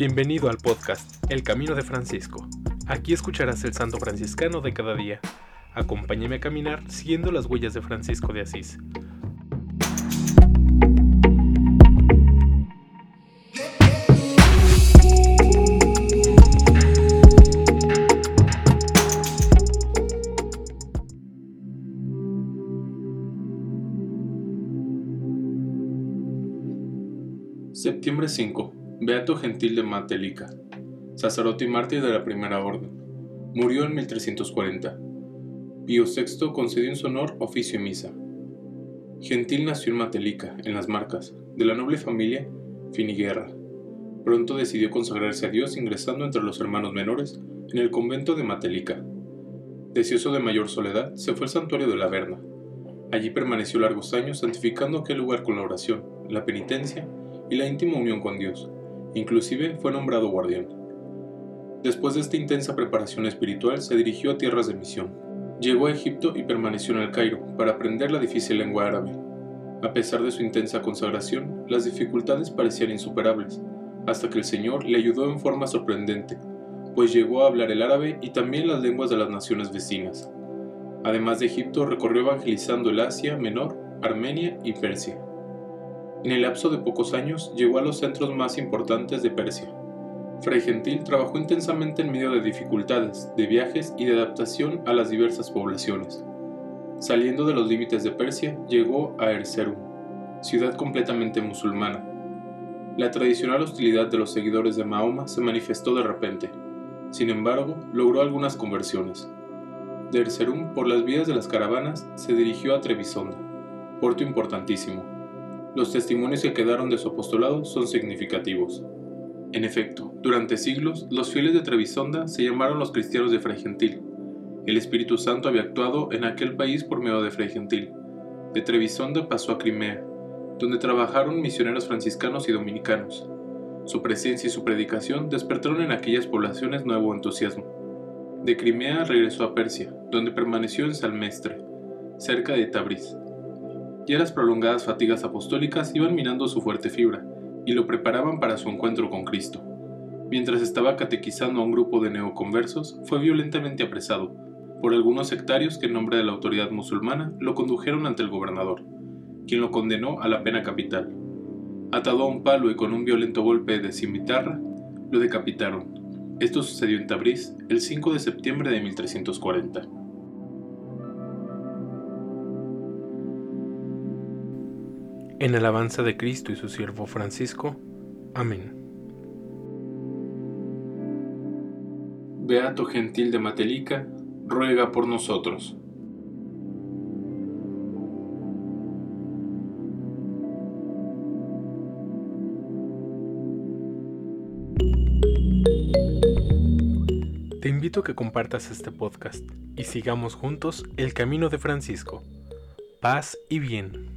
Bienvenido al podcast El Camino de Francisco. Aquí escucharás el santo franciscano de cada día. Acompáñame a caminar siguiendo las huellas de Francisco de Asís. Septiembre 5. Beato Gentil de Matelica, sacerdote y mártir de la Primera Orden. Murió en 1340. Pío VI concedió en su honor oficio y misa. Gentil nació en Matelica, en las Marcas, de la noble familia Finiguerra. Pronto decidió consagrarse a Dios ingresando entre los hermanos menores en el convento de Matelica. Deseoso de mayor soledad, se fue al santuario de la Verna. Allí permaneció largos años santificando aquel lugar con la oración, la penitencia y la íntima unión con Dios. Inclusive fue nombrado guardián. Después de esta intensa preparación espiritual se dirigió a tierras de misión. Llegó a Egipto y permaneció en el Cairo para aprender la difícil lengua árabe. A pesar de su intensa consagración, las dificultades parecían insuperables, hasta que el Señor le ayudó en forma sorprendente, pues llegó a hablar el árabe y también las lenguas de las naciones vecinas. Además de Egipto, recorrió evangelizando el Asia Menor, Armenia y Persia. En el lapso de pocos años llegó a los centros más importantes de Persia. Fray Gentil trabajó intensamente en medio de dificultades, de viajes y de adaptación a las diversas poblaciones. Saliendo de los límites de Persia, llegó a Erzurum, ciudad completamente musulmana. La tradicional hostilidad de los seguidores de Mahoma se manifestó de repente. Sin embargo, logró algunas conversiones. De Erzurum, por las vías de las caravanas, se dirigió a Trebisonda, puerto importantísimo. Los testimonios que quedaron de su apostolado son significativos. En efecto, durante siglos, los fieles de Trebisonda se llamaron los cristianos de Fray Gentil. El Espíritu Santo había actuado en aquel país por medio de Fray Gentil. De Trebisonda pasó a Crimea, donde trabajaron misioneros franciscanos y dominicanos. Su presencia y su predicación despertaron en aquellas poblaciones nuevo entusiasmo. De Crimea regresó a Persia, donde permaneció en Salmestre, cerca de Tabriz. Ya las prolongadas fatigas apostólicas iban minando su fuerte fibra y lo preparaban para su encuentro con Cristo. Mientras estaba catequizando a un grupo de neoconversos, fue violentamente apresado por algunos sectarios que en nombre de la autoridad musulmana lo condujeron ante el gobernador, quien lo condenó a la pena capital. Atado a un palo y con un violento golpe de cimitarra, lo decapitaron. Esto sucedió en Tabriz el 5 de septiembre de 1340. En alabanza de Cristo y su siervo Francisco. Amén. Beato Gentil de Matelica, ruega por nosotros. Te invito a que compartas este podcast y sigamos juntos el camino de Francisco. Paz y bien.